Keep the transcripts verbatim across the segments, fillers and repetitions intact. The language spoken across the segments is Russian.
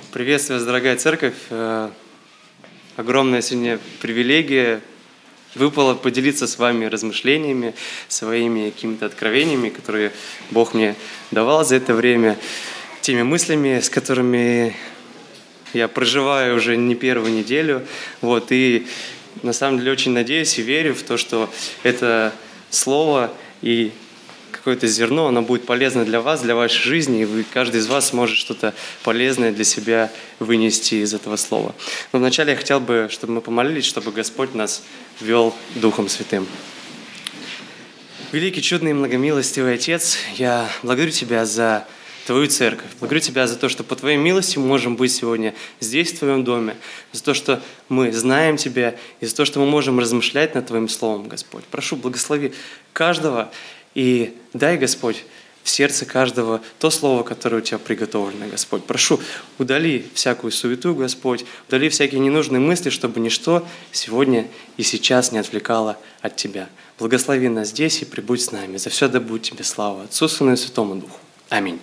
Приветствую вас, дорогая церковь. Огромная сегодня привилегия выпало поделиться с вами размышлениями, своими какими-то откровениями, которые Бог мне давал за это время, теми мыслями, с которыми я проживаю уже не первую неделю. Вот, и на самом деле очень надеюсь и верю в то, что это слово и какое-то зерно, оно будет полезно для вас, для вашей жизни, и вы, каждый из вас сможет что-то полезное для себя вынести из этого слова. Но вначале я хотел бы, чтобы мы помолились, чтобы Господь нас вел Духом Святым. Великий, чудный и многомилостивый Отец, я благодарю Тебя за Твою церковь. Благодарю Тебя за то, что по Твоей милости мы можем быть сегодня здесь, в Твоем доме, за то, что мы знаем Тебя, и за то, что мы можем размышлять над Твоим Словом, Господь. Прошу, благослови каждого, и дай, Господь, в сердце каждого то слово, которое у Тебя приготовлено, Господь. Прошу, удали всякую суету, Господь, удали всякие ненужные мысли, чтобы ничто сегодня и сейчас не отвлекало от Тебя. Благослови нас здесь и прибудь с нами. За все да будет Тебе слава, Отцу, Сыну и Святому Духу. Аминь.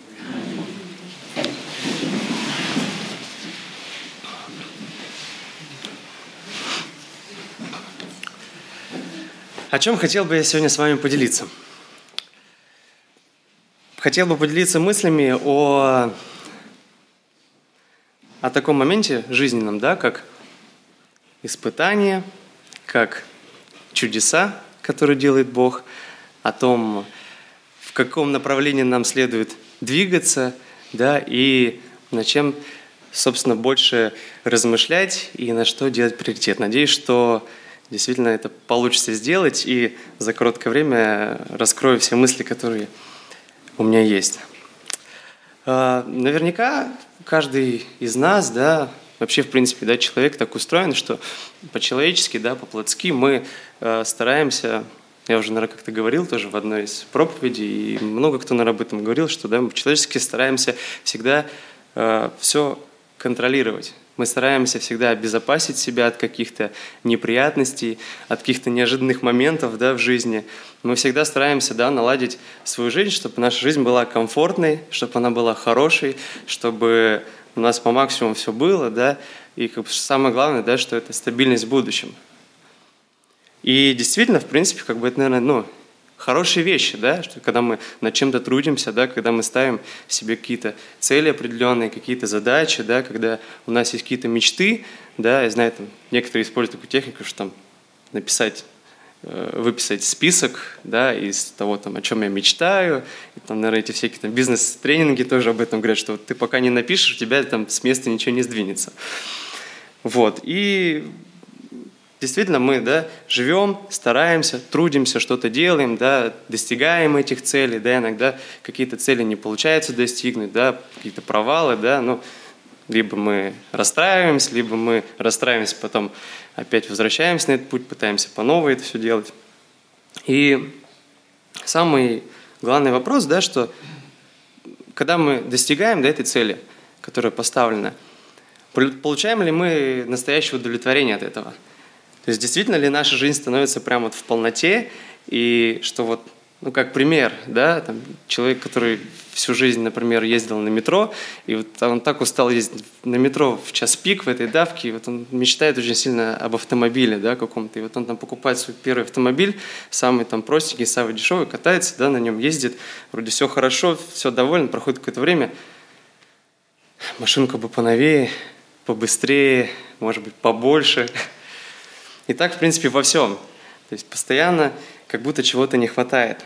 О чем хотел бы я сегодня с вами поделиться? Хотел бы поделиться мыслями о, о таком моменте жизненном, да, как испытание, как чудеса, которые делает Бог, о том, в каком направлении нам следует двигаться, да, и над чем, собственно, больше размышлять и на что делать приоритет. Надеюсь, что действительно это получится сделать, и за короткое время раскрою все мысли, которые у меня есть. Наверняка каждый из нас, да, вообще, в принципе, да, человек так устроен, что по-человечески, да, по-плотски мы стараемся, я уже, наверное, как-то говорил тоже в одной из проповедей, и много кто, наверное, об этом говорил, что да, мы по-человечески стараемся всегда все контролировать. Мы стараемся всегда обезопасить себя от каких-то неприятностей, от каких-то неожиданных моментов, да, в жизни. Мы всегда стараемся, да, наладить свою жизнь, чтобы наша жизнь была комфортной, чтобы она была хорошей, чтобы у нас по максимуму все было, да, и как бы самое главное, да, что это стабильность в будущем. И действительно, в принципе, как бы это, наверное, ну, хорошие вещи, да, что когда мы над чем-то трудимся, да, когда мы ставим себе какие-то цели определенные, какие-то задачи, да, когда у нас есть какие-то мечты, да, я знаю, там, некоторые используют такую технику, что там написать, э, выписать список, да, из того, там, о чем я мечтаю, и там, наверное, эти всякие там бизнес-тренинги тоже об этом говорят, что вот ты пока не напишешь, у тебя там с места ничего не сдвинется. Вот, и действительно, мы, да, живем, стараемся, трудимся, что-то делаем, да, достигаем этих целей, да, иногда какие-то цели не получается достигнуть, да, какие-то провалы, да, ну, либо мы расстраиваемся, либо мы расстраиваемся, потом опять возвращаемся на этот путь, пытаемся по новой это все делать. И самый главный вопрос, да, что когда мы достигаем, да, этой цели, которая поставлена, получаем ли мы настоящее удовлетворение от этого? То есть действительно ли наша жизнь становится прямо вот в полноте, и что вот, ну как пример, да, там, человек, который всю жизнь, например, ездил на метро, и вот он так устал ездить на метро в час пик в этой давке, и вот он мечтает очень сильно об автомобиле, да, каком-то, и вот он там покупает свой первый автомобиль, самый там простенький, самый дешевый, катается, да, на нем ездит, вроде все хорошо, все доволен, проходит какое-то время, машинка бы поновее, побыстрее, может быть, побольше. И так, в принципе, во всем. То есть постоянно как будто чего-то не хватает.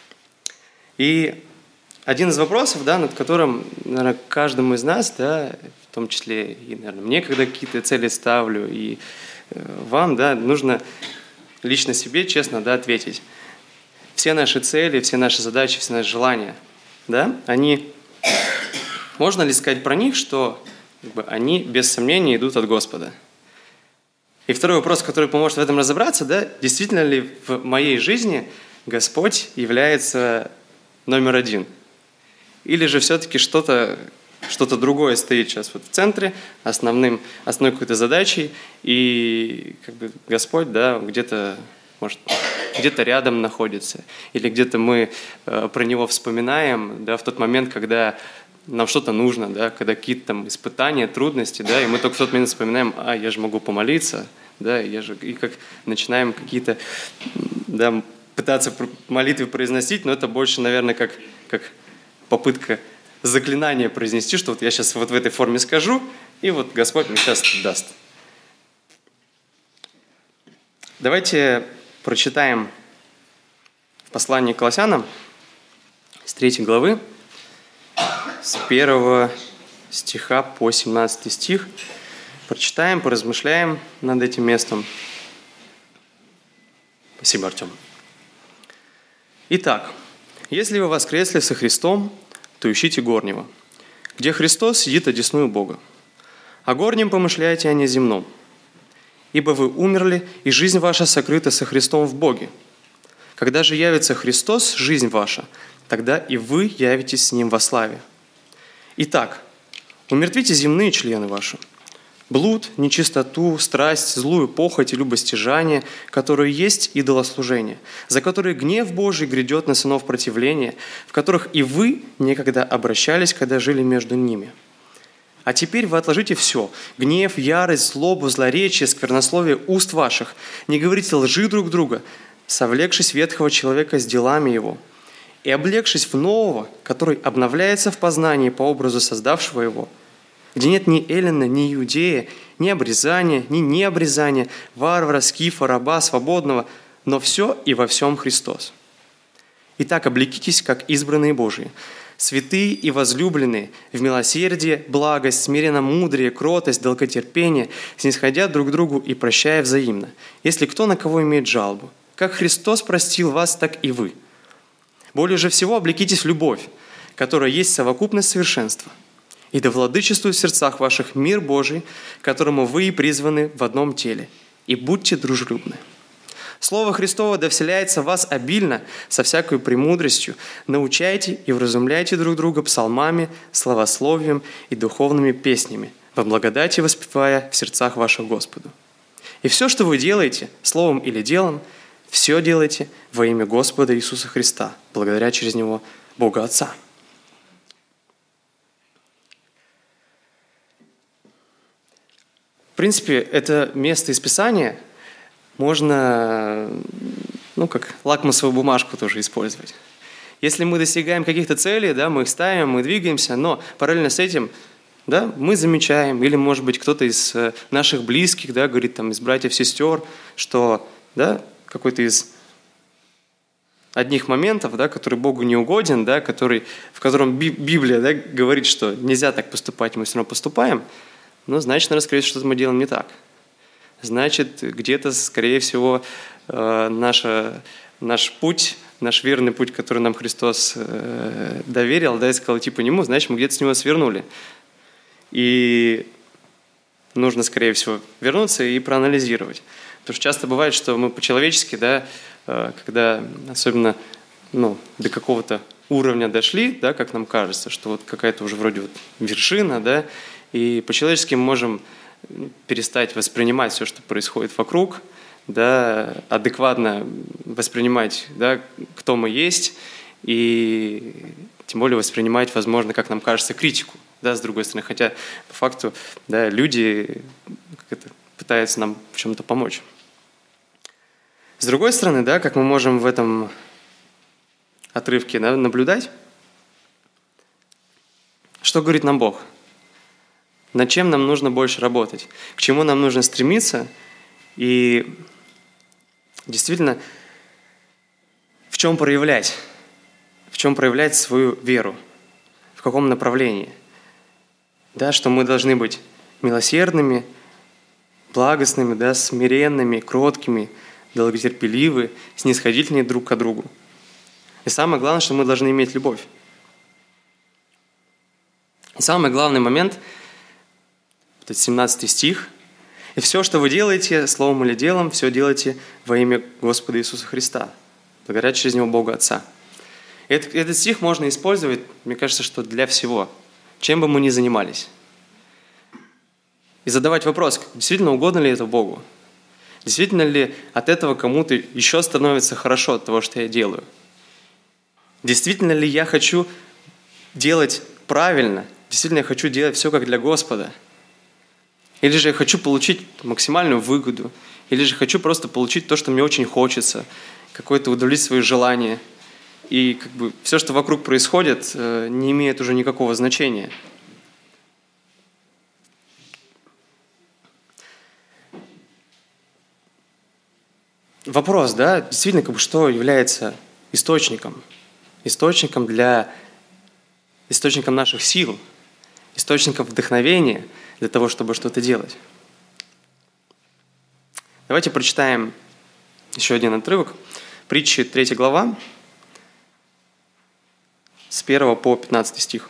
И один из вопросов, да, над которым, наверное, каждому из нас, да, в том числе и, наверное, мне, когда какие-то цели ставлю, и вам, да, нужно лично себе честно, да, ответить. Все наши цели, все наши задачи, все наши желания, да, они, можно ли сказать про них, что как бы, они без сомнения идут от Господа? И второй вопрос, который поможет в этом разобраться, да, действительно ли в моей жизни Господь является номер один? Или же все-таки что-то, что-то другое стоит сейчас вот в центре, основным, основной какой-то задачей, и как бы Господь, да, где-то, может, где-то рядом находится, или где-то мы э, про Него вспоминаем, да, в тот момент, когда нам что-то нужно, да, когда какие-то там испытания, трудности, да, и мы только в тот момент вспоминаем, а, я же могу помолиться, да, я же, и как начинаем какие-то, да, пытаться молитвы произносить, но это больше, наверное, как, как попытка заклинания произнести, что вот я сейчас вот в этой форме скажу, и вот Господь мне сейчас даст. Давайте прочитаем в послании к Колоссянам с третьей главы, с первого стиха по семнадцатый стих. Прочитаем, поразмышляем над этим местом. Спасибо, Артем. Итак, если вы воскресли со Христом, то ищите горнего, где Христос сидит одесную Бога. О горнем помышляйте, а не земном. Ибо вы умерли, и жизнь ваша сокрыта со Христом в Боге. Когда же явится Христос, жизнь ваша, тогда и вы явитесь с Ним во славе. Итак, умертвите земные члены ваши. Блуд, нечистоту, страсть, злую похоть и любостяжание, которые есть идолослужение, за которые гнев Божий грядет на сынов противления, в которых и вы некогда обращались, когда жили между ними. А теперь вы отложите все – гнев, ярость, злобу, злоречие, сквернословие уст ваших. Не говорите лжи друг друга, совлекшись ветхого человека с делами его, и облегшись в нового, который обновляется в познании по образу создавшего его, где нет ни эллина, ни иудея, ни обрезания, ни необрезания, варвара, скифа, раба, свободного, но все и во всем Христос. Итак, облекитесь, как избранные Божии, святые и возлюбленные, в милосердие, благость, смиренно-мудрие, кротость, долготерпение, снисходя друг другу и прощая взаимно, если кто на кого имеет жалобу. Как Христос простил вас, так и вы. Более же всего облекитесь в любовь, которая есть совокупность совершенства. И да владычествует в сердцах ваших мир Божий, которому вы и призваны в одном теле. И будьте дружелюбны. Слово Христово да вселяется в вас обильно, со всякой премудростью. Научайте и вразумляйте друг друга псалмами, славословием и духовными песнями, во благодати воспевая в сердцах ваших Господу. И все, что вы делаете, словом или делом, все делайте во имя Господа Иисуса Христа, благодаря через Него Бога Отца. В принципе, это место из Писания можно, ну, как лакмусовую бумажку тоже использовать. Если мы достигаем каких-то целей, да, мы их ставим, мы двигаемся, но параллельно с этим, да, мы замечаем, или, может быть, кто-то из наших близких, да, говорит, там, из братьев, сестер, что, да, какой-то из одних моментов, да, который Богу не угоден, да, который, в котором Библия, да, говорит, что нельзя так поступать, мы все равно поступаем, ну, значит, наверное, скорее всего, что-то мы делаем не так. Значит, где-то, скорее всего, наша, наш путь, наш верный путь, который нам Христос доверил, да, и сказал идти по нему, значит, мы где-то с него свернули. И нужно, скорее всего, вернуться и проанализировать. Потому что часто бывает, что мы по-человечески, да, когда особенно, ну, до какого-то уровня дошли, да, как нам кажется, что вот какая-то уже вроде вот вершина, да, и по-человечески мы можем перестать воспринимать все, что происходит вокруг, да, адекватно воспринимать, да, кто мы есть, и тем более воспринимать, возможно, как нам кажется, критику, да, с другой стороны. Хотя, по факту, да, люди как это, пытаются нам в чем-то помочь. С другой стороны, да, как мы можем в этом отрывке, да, наблюдать, что говорит нам Бог? Над чем нам нужно больше работать? К чему нам нужно стремиться? И действительно, в чем проявлять? В чем проявлять свою веру? В каком направлении? Да, что мы должны быть милосердными, благостными, да, смиренными, кроткими, долготерпеливы, снисходительны друг к другу. И самое главное, что мы должны иметь любовь. И самый главный момент – это семнадцатый стих. «И все, что вы делаете, словом или делом, все делайте во имя Господа Иисуса Христа, благодаря через Него Бога Отца». Этот, этот стих можно использовать, мне кажется, что для всего, чем бы мы ни занимались. И задавать вопрос, действительно угодно ли это Богу? Действительно ли от этого кому-то еще становится хорошо от того, что я делаю? Действительно ли я хочу делать правильно, действительно я хочу делать все как для Господа, или же я хочу получить максимальную выгоду, или же хочу просто получить то, что мне очень хочется, какое-то удовлетворить свои желания. И как бы все, что вокруг происходит, не имеет уже никакого значения. Вопрос, да, действительно, как бы, что является источником? Источником для, источником наших сил, источником вдохновения для того, чтобы что-то делать. Давайте прочитаем еще один отрывок. Притчи, третья глава, с первого по пятнадцатый стих.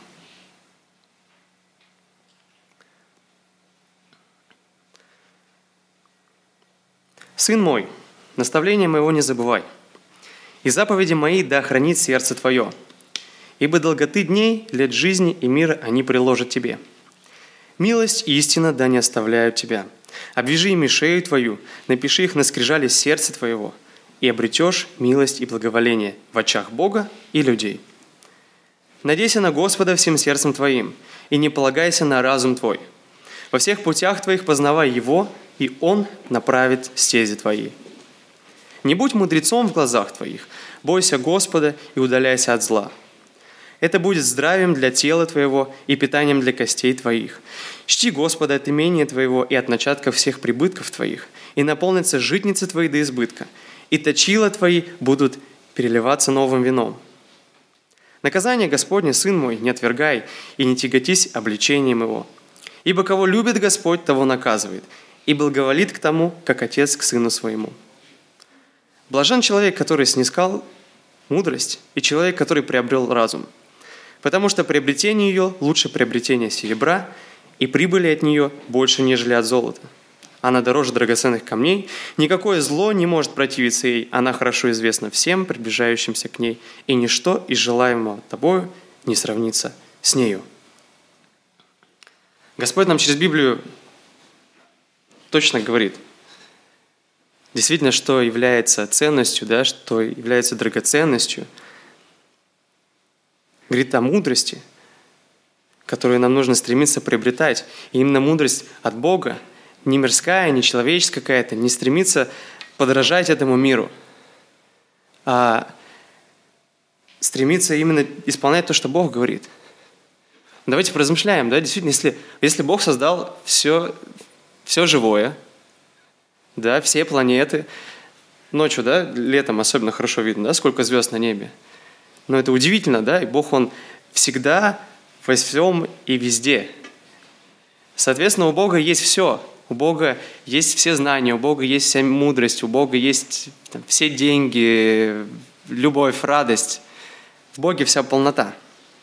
«Сын мой, наставление моего не забывай, и заповеди мои да хранит сердце твое, ибо долготы дней, лет жизни и мира они приложат тебе. Милость и истина да не оставляют тебя. Обвяжи ими шею твою, напиши их на скрижале сердца твоего, и обретешь милость и благоволение в очах Бога и людей. Надейся на Господа всем сердцем твоим, и не полагайся на разум твой. Во всех путях твоих познавай Его, и Он направит стези твои. Не будь мудрецом в глазах твоих, бойся Господа и удаляйся от зла. Это будет здравием для тела твоего и питанием для костей твоих. Чти Господа от имения твоего и от начатков всех прибытков твоих, и наполнятся житницы твои до избытка, и точила твои будут переливаться новым вином. Наказание Господне, сын мой, не отвергай, и не тяготись обличением его. Ибо кого любит Господь, того наказывает, и благоволит к тому, как отец к сыну своему. Блажен человек, который снискал мудрость, и человек, который приобрел разум, потому что приобретение ее лучше приобретения серебра, и прибыли от нее больше, нежели от золота. Она дороже драгоценных камней, никакое зло не может противиться ей, она хорошо известна всем, приближающимся к ней, и ничто из желаемого тобою не сравнится с нею». Господь нам через Библию точно говорит, действительно, что является ценностью, да, что является драгоценностью. Говорит о мудрости, которую нам нужно стремиться приобретать. И именно мудрость от Бога, не мирская, не человеческая какая-то, не стремиться подражать этому миру, а стремиться именно исполнять то, что Бог говорит. Давайте поразмышляем, да, действительно, если, если Бог создал все, все живое, да, все планеты, ночью, да, летом особенно хорошо видно, да, сколько звезд на небе. Но это удивительно, да, и Бог, Он всегда во всем и везде. Соответственно, у Бога есть все. У Бога есть все знания, у Бога есть вся мудрость, у Бога есть там, все деньги, любовь, радость. В Боге вся полнота.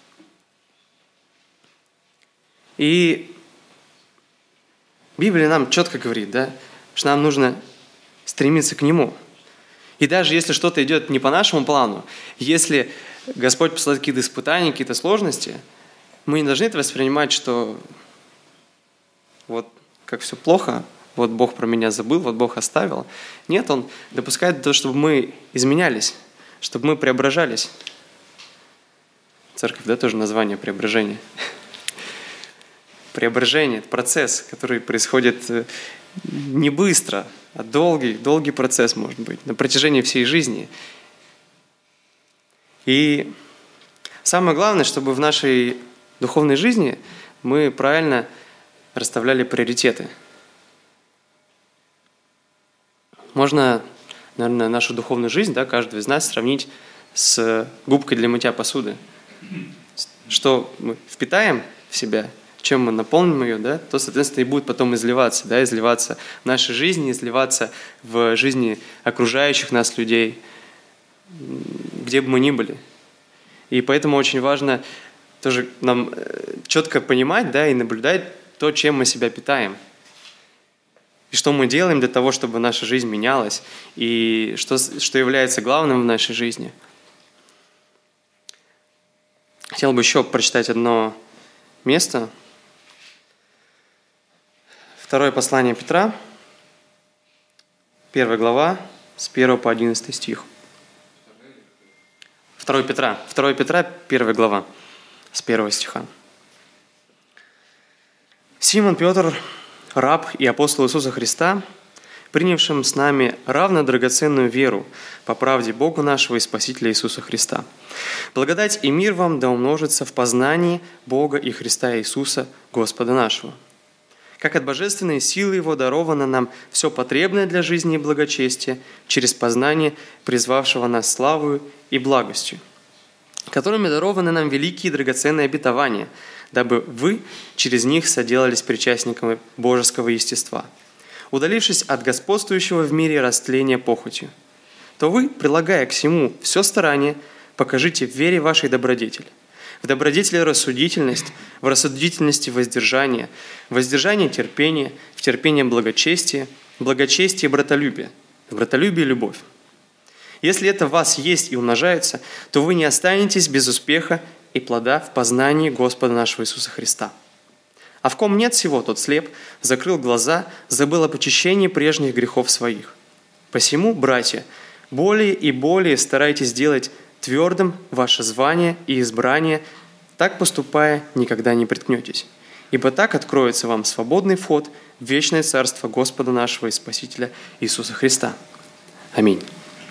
И Библия нам четко говорит, да, что нам нужно стремиться к Нему. И даже если что-то идет не по нашему плану, если Господь посылает какие-то испытания, какие-то сложности, мы не должны это воспринимать, что вот как все плохо, вот Бог про меня забыл, вот Бог оставил. Нет, Он допускает то, чтобы мы изменялись, чтобы мы преображались. Церковь, да, тоже название преображения. Преображение – это процесс, который происходит не быстро, а долгий, долгий процесс, может быть, на протяжении всей жизни. И самое главное, чтобы в нашей духовной жизни мы правильно расставляли приоритеты. Можно, наверное, нашу духовную жизнь, да, каждого из нас сравнить с губкой для мытья посуды. Что мы впитаем в себя, чем мы наполним ее, да, то, соответственно, и будет потом изливаться, да, изливаться в нашей жизни, изливаться в жизни окружающих нас людей, где бы мы ни были. И поэтому очень важно тоже нам четко понимать, да, и наблюдать то, чем мы себя питаем. И что мы делаем для того, чтобы наша жизнь менялась, и что, что является главным в нашей жизни. Хотел бы еще прочитать одно место. Второе послание Петра, первая глава, с первого по одиннадцатый стих. Второе Петра, второе Петра, первая глава, с первого стиха. Симон Петр, раб и апостол Иисуса Христа, принявшим с нами равно драгоценную веру по правде Бога нашего и Спасителя Иисуса Христа. Благодать и мир вам да умножится в познании Бога и Христа Иисуса, Господа нашего. Как от божественной силы Его даровано нам все потребное для жизни и благочестия через познание призвавшего нас славою и благостью, которыми дарованы нам великие и драгоценные обетования, дабы вы через них соделались причастниками божеского естества, удалившись от господствующего в мире растления похотью. То вы, прилагая к всему все старание, покажите в вере вашей добродетель. В добродетели рассудительность, в рассудительности воздержание, в воздержании терпение, в терпении благочестие, в благочестии братолюбие, в братолюбии любовь. Если это в вас есть и умножается, то вы не останетесь без успеха и плода в познании Господа нашего Иисуса Христа. А в ком нет всего, тот слеп, закрыл глаза, забыл об очищении прежних грехов своих. Посему, братья, более и более старайтесь делать твердым ваше звание и избрание, так поступая, никогда не приткнетесь. Ибо так откроется вам свободный вход в вечное царство Господа нашего и Спасителя Иисуса Христа. Аминь.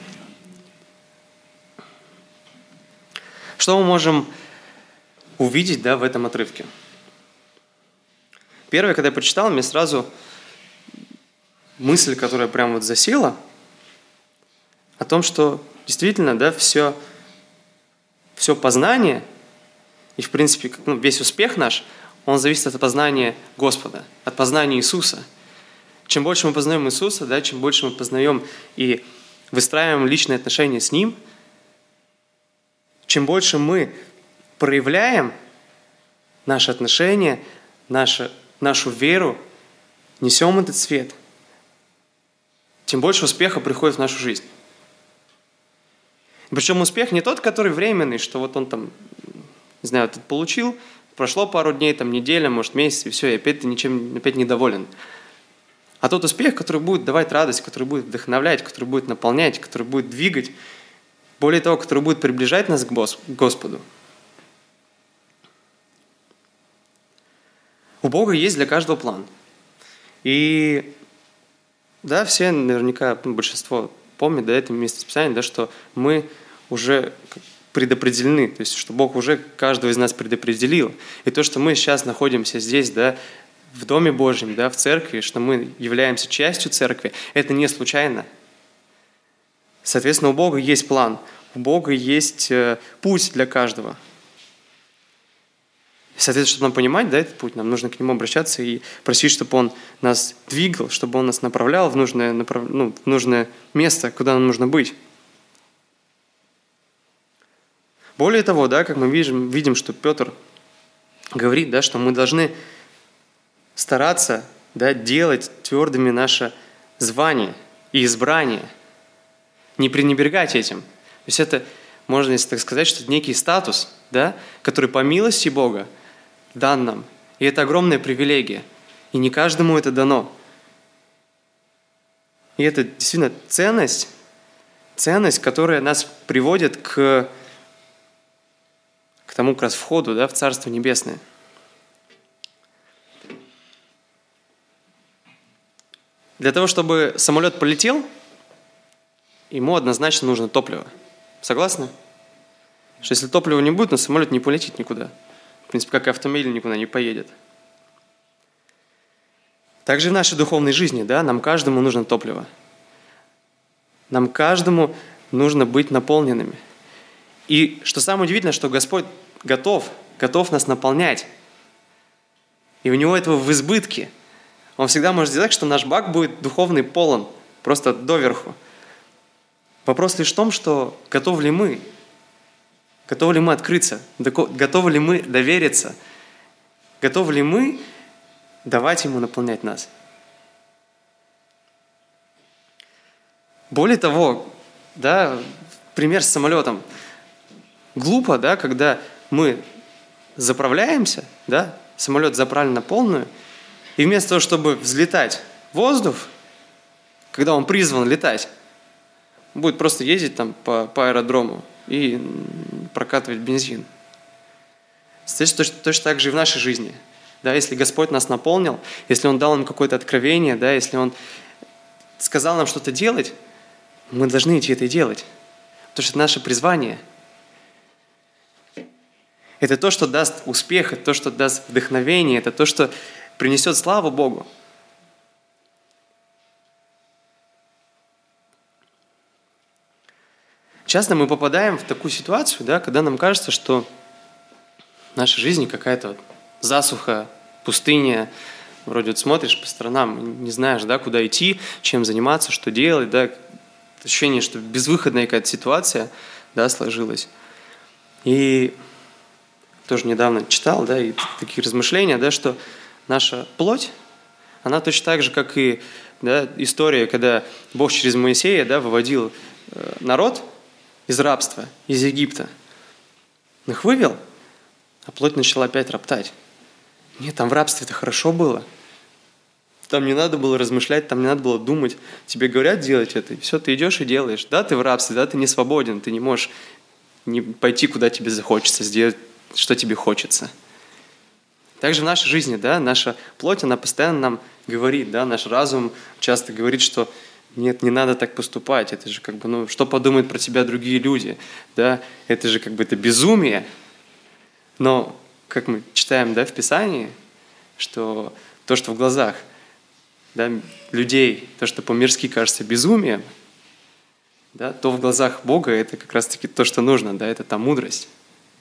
Что мы можем увидеть, да, в этом отрывке? Первое, когда я прочитал, мне сразу мысль, которая прям вот засела, о том, что действительно, да, все, все познание и, в принципе, ну, весь успех наш, он зависит от познания Господа, от познания Иисуса. Чем больше мы познаем Иисуса, да, чем больше мы познаем и выстраиваем личные отношения с Ним, чем больше мы проявляем наши отношения, наши нашу веру, несем этот свет, тем больше успеха приходит в нашу жизнь. Причем успех не тот, который временный, что вот он там, не знаю, тут получил, прошло пару дней, там неделя, может месяц, и все, и опять ты ничем опять недоволен. А тот успех, который будет давать радость, который будет вдохновлять, который будет наполнять, который будет двигать, более того, который будет приближать нас к Господу. У Бога есть для каждого план. И да, все наверняка, ну, большинство помнят, да, это место Писания, да, что мы уже предопределены, то есть что Бог уже каждого из нас предопределил. И то, что мы сейчас находимся здесь, да, в Доме Божьем, да, в церкви, что мы являемся частью церкви, это не случайно. Соответственно, у Бога есть план, у Бога есть э, путь для каждого. Соответственно, чтобы нам понимать, да, этот путь, нам нужно к Нему обращаться и просить, чтобы Он нас двигал, чтобы Он нас направлял в нужное, направ... ну, в нужное место, куда нам нужно быть. Более того, да, как мы видим, видим, что Петр говорит, да, что мы должны стараться, да, делать твердыми наше звание и избрание, не пренебрегать этим. То есть это, можно, если так сказать, что это некий статус, да, который по милости Бога дан нам. И это огромная привилегия. И не каждому это дано. И это действительно ценность, ценность, которая нас приводит к, к тому как раз входу, да, в Царство Небесное. Для того, чтобы самолет полетел, ему однозначно нужно топливо. Согласны? Что если топлива не будет, то самолет не полетит никуда. В принципе, как и автомобиль никуда не поедет. Также в нашей духовной жизни, да, нам каждому нужно топливо. Нам каждому нужно быть наполненными. И что самое удивительное, что Господь готов, готов нас наполнять. И у Него этого в избытке. Он всегда может сделать, что наш бак будет духовный полон, просто доверху. Вопрос лишь в том, что готовы ли мы, готовы ли мы открыться, готовы ли мы довериться, готовы ли мы давать Ему наполнять нас. Более того, да, пример с самолетом. Глупо, да, когда мы заправляемся, да, самолет заправлен на полную, и вместо того, чтобы взлетать в воздух, когда он призван летать, будет просто ездить там по, по аэродрому и прокатывать бензин. Точно, точно так же и в нашей жизни. Да, если Господь нас наполнил, если Он дал нам какое-то откровение, да, если Он сказал нам что-то делать, мы должны идти это и делать. Потому что это наше призвание. Это то, что даст успех, это то, что даст вдохновение, это то, что принесет славу Богу. Часто мы попадаем в такую ситуацию, да, когда нам кажется, что в нашей жизни какая-то вот засуха, пустыня. Вроде вот смотришь по сторонам, не знаешь, да, куда идти, чем заниматься, что делать. Да. Ощущение, что безвыходная какая-то ситуация, да, сложилась. И тоже недавно читал, да, и такие размышления, да, что наша плоть, она точно так же, как и, да, история, когда Бог через Моисея, да, выводил народ из рабства, из Египта. Он их вывел, а плоть начала опять роптать. Нет, там в рабстве-то хорошо было. Там не надо было размышлять, там не надо было думать. Тебе говорят делать это, и все, ты идешь и делаешь. Да, ты в рабстве, да, ты не свободен, ты не можешь не пойти, куда тебе захочется, сделать, что тебе хочется. Также в нашей жизни, да, наша плоть, она постоянно нам говорит, да, наш разум часто говорит, что нет, не надо так поступать, это же как бы, ну, что подумают про тебя другие люди, да, это же как бы это безумие. Но, как мы читаем, да, в Писании, что то, что в глазах, да, людей, то, что по-мирски кажется безумием, да, то в глазах Бога это как раз-таки то, что нужно, да, это та мудрость.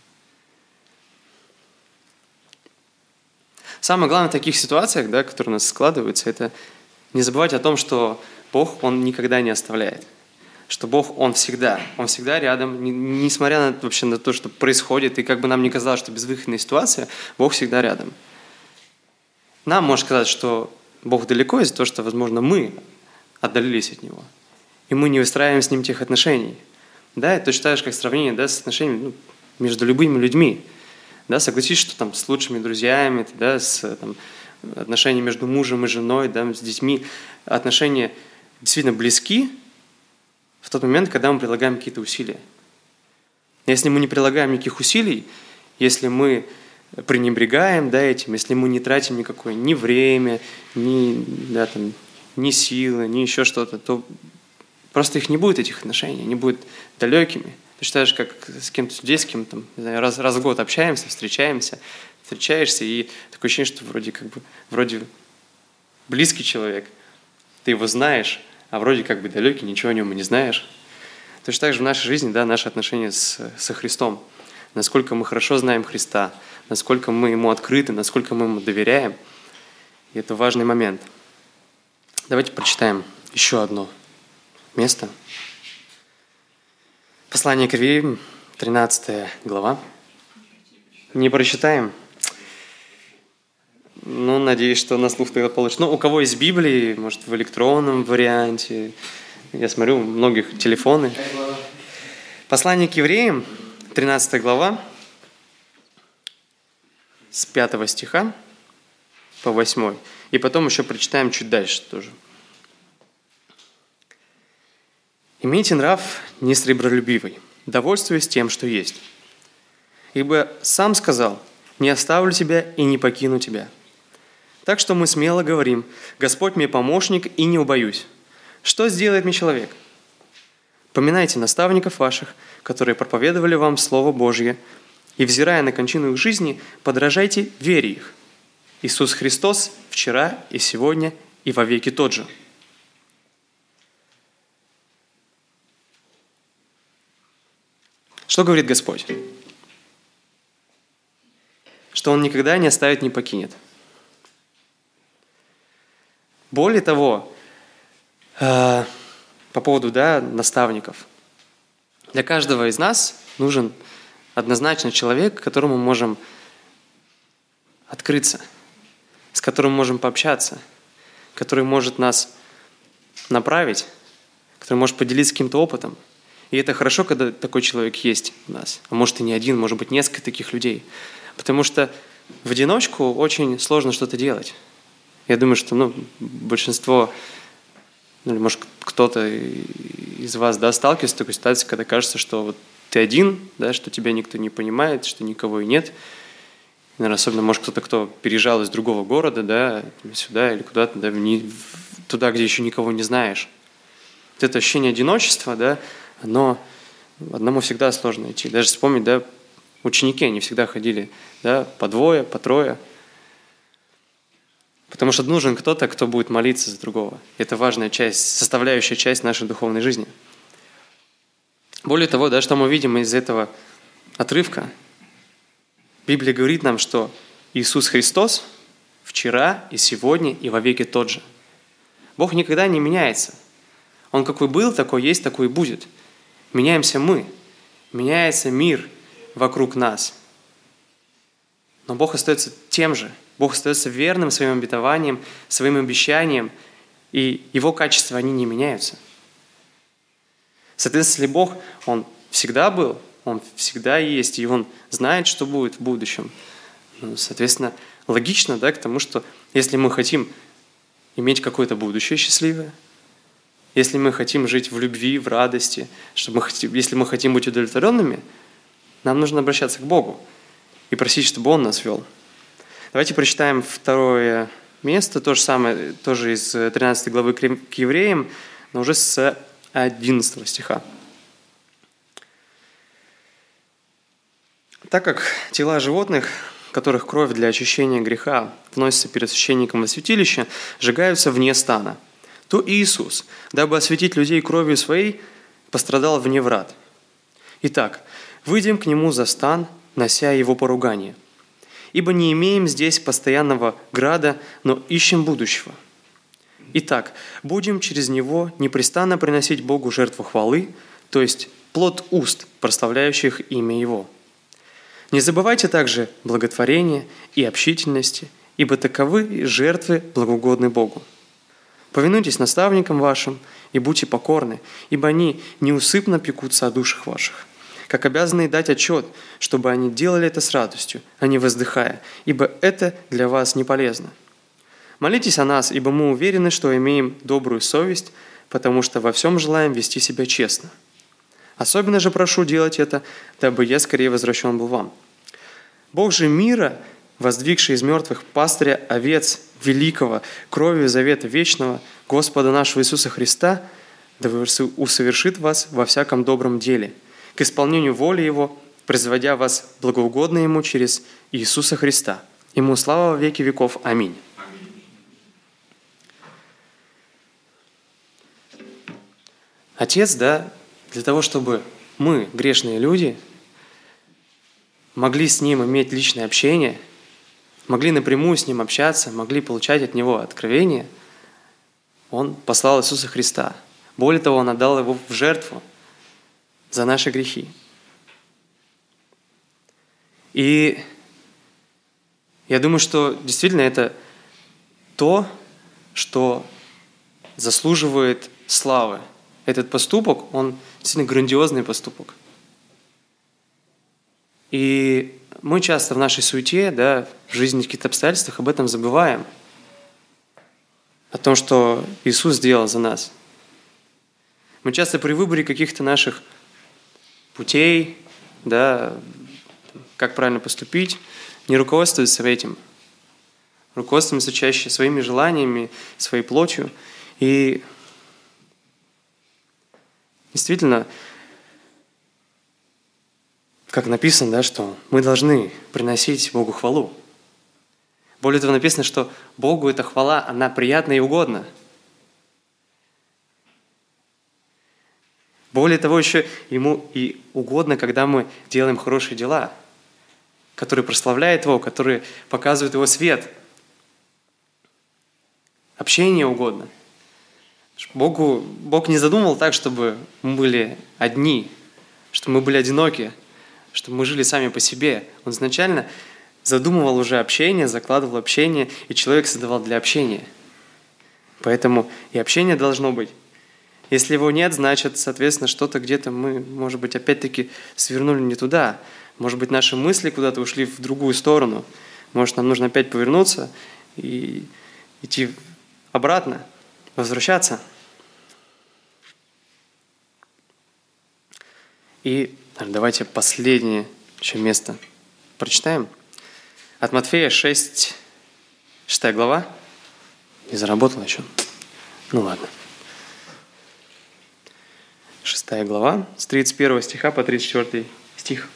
Самое главное в таких ситуациях, да, которые у нас складываются, это не забывать о том, что Бог, Он никогда не оставляет. Что Бог, Он всегда, Он всегда рядом, несмотря на, вообще, на то, что происходит, и как бы нам ни казалось, что безвыходная ситуация, Бог всегда рядом. Нам может казаться, что Бог далеко из-за того, что, возможно, мы отдалились от Него, и мы не выстраиваем с Ним тех отношений. Да, это точно так же, как сравнение, да, с отношениями, ну, между любыми людьми. Да, согласись, что там с лучшими друзьями, да, с там, отношения между мужем и женой, да, с детьми, отношения действительно близки в тот момент, когда мы прилагаем какие-то усилия. Если мы не прилагаем никаких усилий, если мы пренебрегаем, да, этим, если мы не тратим никакое ни время, ни, да, там, ни силы, ни еще что-то, то просто их не будет, этих отношений, они будут далекими. Ты считаешь, как с кем-то людей, с кем там, не знаю, раз, раз в год общаемся, встречаемся, встречаешься, и такое ощущение, что вроде как бы вроде близкий человек, ты его знаешь, а вроде как бы далекий, ничего о нем и не знаешь. Точно так же в нашей жизни, да, наши отношения с, со Христом. Насколько мы хорошо знаем Христа, насколько мы Ему открыты, насколько мы Ему доверяем. И это важный момент. Давайте прочитаем еще одно место. Послание к Евреям, тринадцатая глава. Не прочитаем? Ну, надеюсь, что на слух тогда получится. Ну, у кого есть Библии, может, в электронном варианте. Я смотрю, у многих телефоны. Послание к Евреям, тринадцатая глава, с пятого стиха по восьмой. И потом еще прочитаем чуть дальше тоже. «Имейте нрав несребролюбивый, довольствуясь тем, что есть. Ибо сам сказал, не оставлю тебя и не покину тебя. Так что мы смело говорим, Господь мне помощник и не убоюсь. Что сделает мне человек? Поминайте наставников ваших, которые проповедовали вам Слово Божье, и, взирая на кончину их жизни, подражайте вере их. Иисус Христос вчера и сегодня и вовеки тот же». Что говорит Господь? Что Он никогда не оставит, не покинет. Более того, э, по поводу, да, наставников. Для каждого из нас нужен однозначно человек, к которому мы можем открыться, с которым мы можем пообщаться, который может нас направить, который может поделиться каким-то опытом. И это хорошо, когда такой человек есть у нас. А может и не один, может быть несколько таких людей. Потому что в одиночку очень сложно что-то делать. Я думаю, что ну, большинство, ну, или может кто-то из вас, да, сталкивается с такой ситуацией, когда кажется, что вот ты один, да, что тебя никто не понимает, что никого и нет. Наверное, особенно, может, кто-то, кто переезжал из другого города, да, сюда или куда-то, да, не, туда, где еще никого не знаешь. Вот это ощущение одиночества, да, оно одному всегда сложно идти. Даже вспомнить, да, ученики, они всегда ходили, да, по двое, по трое. Потому что нужен кто-то, кто будет молиться за другого. Это важная часть, составляющая часть нашей духовной жизни. Более того, да, что мы видим из этого отрывка, Библия говорит нам, что Иисус Христос вчера и сегодня и во веки тот же. Бог никогда не меняется. Он какой был, такой есть, такой и будет. Меняемся мы. Меняется мир вокруг нас. Но Бог остается тем же. Бог остается верным своим обетованиям, своим обещаниям, и Его качества, они не меняются. Соответственно, если Бог, Он всегда был, Он всегда есть, и Он знает, что будет в будущем. Ну, соответственно, логично, да, к тому, что если мы хотим иметь какое-то будущее счастливое, если мы хотим жить в любви, в радости, чтобы мы хотим, если мы хотим быть удовлетворенными, нам нужно обращаться к Богу и просить, чтобы Он нас вел. Давайте прочитаем второе место, то же самое, тоже из тринадцатой главы к Евреям, но уже с одиннадцатого стиха. «Так как тела животных, которых кровь для очищения греха вносится перед священником во святилище, сжигаются вне стана, то Иисус, дабы осветить людей кровью своей, пострадал вне врат. Итак, выйдем к Нему за стан, нося Его поругание. Ибо не имеем здесь постоянного града, но ищем будущего. Итак, будем через Него непрестанно приносить Богу жертву хвалы, то есть плод уст, прославляющих имя Его. Не забывайте также благотворения и общительности, ибо таковы жертвы благоугодны Богу. Повинуйтесь наставникам вашим и будьте покорны, ибо они неусыпно пекутся о душах ваших, как обязаны дать отчет, чтобы они делали это с радостью, а не воздыхая, ибо это для вас не полезно. Молитесь о нас, ибо мы уверены, что имеем добрую совесть, потому что во всем желаем вести себя честно. Особенно же прошу делать это, дабы я скорее возвращен был вам. Бог же мира, воздвигший из мертвых пастыря овец великого, кровью завета вечного, Господа нашего Иисуса Христа, да усовершит вас во всяком добром деле, к исполнению воли Его, производя вас благоугодно Ему через Иисуса Христа. Ему слава во веки веков. Аминь». Отец, да, для того, чтобы мы, грешные люди, могли с Ним иметь личное общение, могли напрямую с Ним общаться, могли получать от Него откровения, Он послал Иисуса Христа. Более того, Он отдал Его в жертву за наши грехи. И я думаю, что действительно это то, что заслуживает славы. Этот поступок, он действительно грандиозный поступок. И мы часто в нашей суете, да, в жизни, в каких-то обстоятельствах об этом забываем. О том, что Иисус сделал за нас. Мы часто при выборе каких-то наших путей, да, как правильно поступить, не руководствуемся этим. Руководствуемся чаще своими желаниями, своей плотью. И действительно, как написано, да, что мы должны приносить Богу хвалу. Более того, написано, что Богу эта хвала, она приятна и угодна. Более того, еще Ему и угодно, когда мы делаем хорошие дела, которые прославляют Его, которые показывают Его свет. Общение угодно. Богу, Бог не задумал так, чтобы мы были одни, чтобы мы были одиноки, чтобы мы жили сами по себе. Он изначально задумывал уже общение, закладывал общение, и человек создавал для общения. Поэтому и общение должно быть. Если его нет, значит, соответственно, что-то где-то мы, может быть, опять-таки свернули не туда. Может быть, наши мысли куда-то ушли в другую сторону. Может, нам нужно опять повернуться и идти обратно, возвращаться. И давайте последнее еще место прочитаем. От Матфея шесть, шестая глава. Не заработала еще? Ну ладно. Шестая глава, с тридцать первого стиха по тридцать четвёртый стих.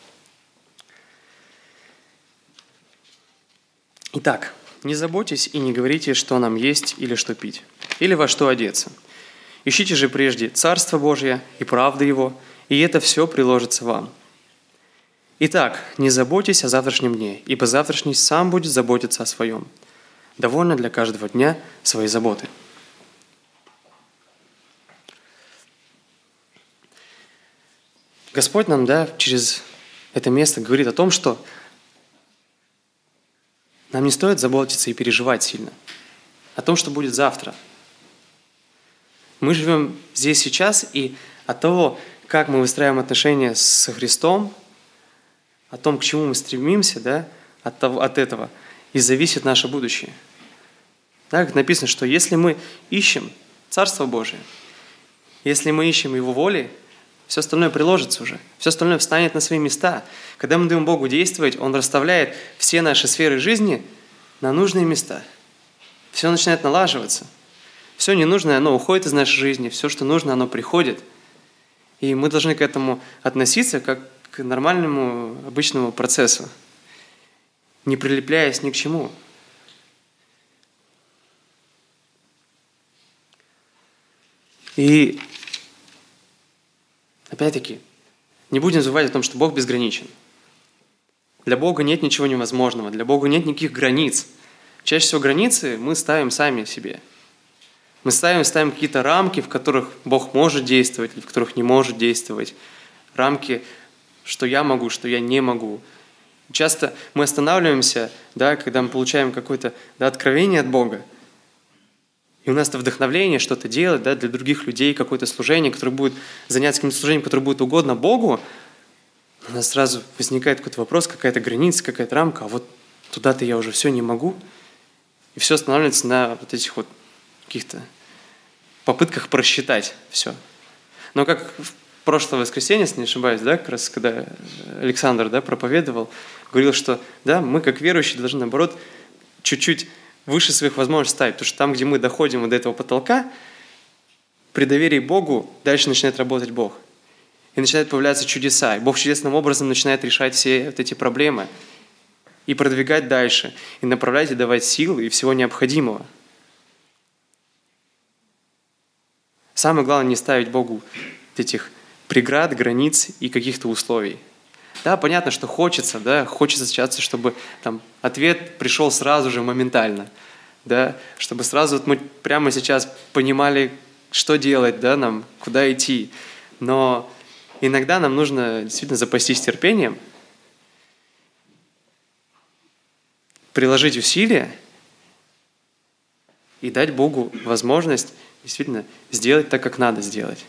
Итак, не заботьтесь и не говорите, что нам есть или что пить, или во что одеться. Ищите же прежде Царство Божие и правды Его, и это все приложится вам. Итак, не заботьтесь о завтрашнем дне, ибо завтрашний сам будет заботиться о своем. Довольно для каждого дня своей заботы. Господь нам, да, через это место говорит о том, что нам не стоит заботиться и переживать сильно о том, что будет завтра. Мы живем здесь сейчас, и от того, как мы выстраиваем отношения со Христом, о том, к чему мы стремимся, да, от, того, от этого и зависит наше будущее. Да, как написано, что если мы ищем Царство Божие, если мы ищем Его воли, все остальное приложится уже, все остальное встанет на свои места. Когда мы даем Богу действовать, Он расставляет все наши сферы жизни на нужные места. Все начинает налаживаться. Все ненужное, оно уходит из нашей жизни, все, что нужно, оно приходит. И мы должны к этому относиться как к нормальному, обычному процессу, не прилепляясь ни к чему. И опять-таки, не будем забывать о том, что Бог безграничен. Для Бога нет ничего невозможного, для Бога нет никаких границ. Чаще всего границы мы ставим сами себе. Мы ставим, ставим какие-то рамки, в которых Бог может действовать, или в которых не может действовать. Рамки, что я могу, что я не могу. Часто мы останавливаемся, да, когда мы получаем какое-то, да, откровение от Бога, и у нас это вдохновление что-то делать, да, для других людей, какое-то служение, которое будет заняться каким-то служением, которое будет угодно Богу, у нас сразу возникает какой-то вопрос, какая-то граница, какая-то рамка, а вот туда-то я уже все не могу. И все останавливается на вот этих вот каких-то попытках просчитать все. Но как в прошлое воскресенье, если не ошибаюсь, да, как раз когда Александр, да, проповедовал, говорил, что да, мы как верующие должны, наоборот, чуть-чуть выше своих возможностей ставить, потому что там, где мы доходим до этого потолка, при доверии Богу дальше начинает работать Бог. И начинают появляться чудеса. И Бог чудесным образом начинает решать все вот эти проблемы и продвигать дальше, и направлять, и давать силы и всего необходимого. Самое главное не ставить Богу этих преград, границ и каких-то условий. Да, понятно, что хочется, да, хочется сейчас, чтобы там ответ пришел сразу же, моментально, да, чтобы сразу вот мы прямо сейчас понимали, что делать, да, нам, куда идти. Но иногда нам нужно действительно запастись терпением, приложить усилия и дать Богу возможность действительно сделать так, как надо сделать.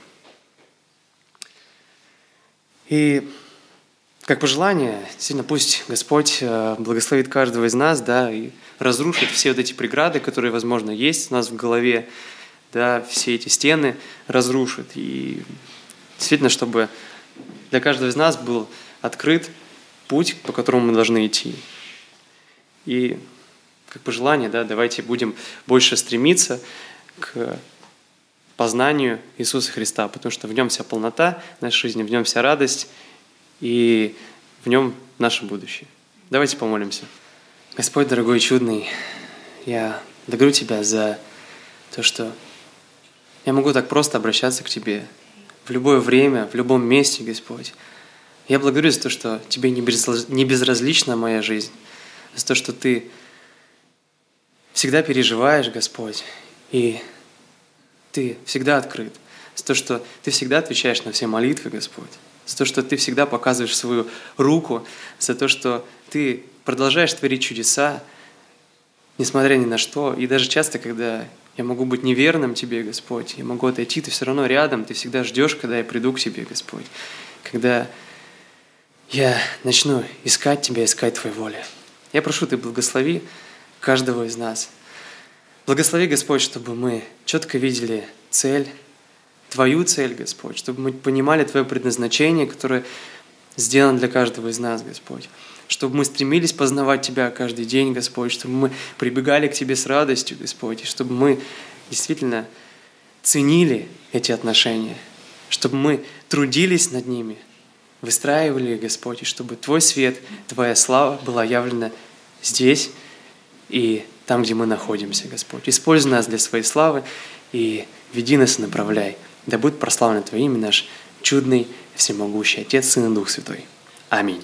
И как пожелание, действительно, пусть Господь благословит каждого из нас, да, и разрушит все вот эти преграды, которые, возможно, есть у нас в голове, да, все эти стены разрушит. И действительно, чтобы для каждого из нас был открыт путь, по которому мы должны идти. И как пожелание, да, давайте будем больше стремиться к познанию Иисуса Христа, потому что в Нем вся полнота нашей жизни, в Нем вся радость, и в Нем наше будущее. Давайте помолимся. Господь, дорогой и чудный, я благодарю Тебя за то, что я могу так просто обращаться к Тебе в любое время, в любом месте, Господь. Я благодарю за то, что Тебе не безразлична моя жизнь, за то, что Ты всегда переживаешь, Господь, и Ты всегда открыт, за то, что Ты всегда отвечаешь на все молитвы, Господь, за то, что Ты всегда показываешь свою руку, за то, что Ты продолжаешь творить чудеса, несмотря ни на что. И даже часто, когда я могу быть неверным Тебе, Господь, я могу отойти, Ты все равно рядом, Ты всегда ждешь, когда я приду к Тебе, Господь, когда я начну искать Тебя, искать Твоей воли. Я прошу, Ты благослови каждого из нас. Благослови, Господь, чтобы мы четко видели цель, Твою цель, Господь, чтобы мы понимали Твое предназначение, которое сделано для каждого из нас, Господь. чтобы мы стремились познавать Тебя каждый день, Господь, чтобы мы прибегали к Тебе с радостью, Господь, и чтобы мы действительно ценили эти отношения, чтобы мы трудились над ними, выстраивали их, Господь, и чтобы Твой свет, Твоя слава была явлена здесь и там, где мы находимся, Господь. Используй нас для Своей славы и веди нас и направляй. Да будет прославлено Твое имя, наш чудный, всемогущий Отец, Сын и Дух Святой. Аминь.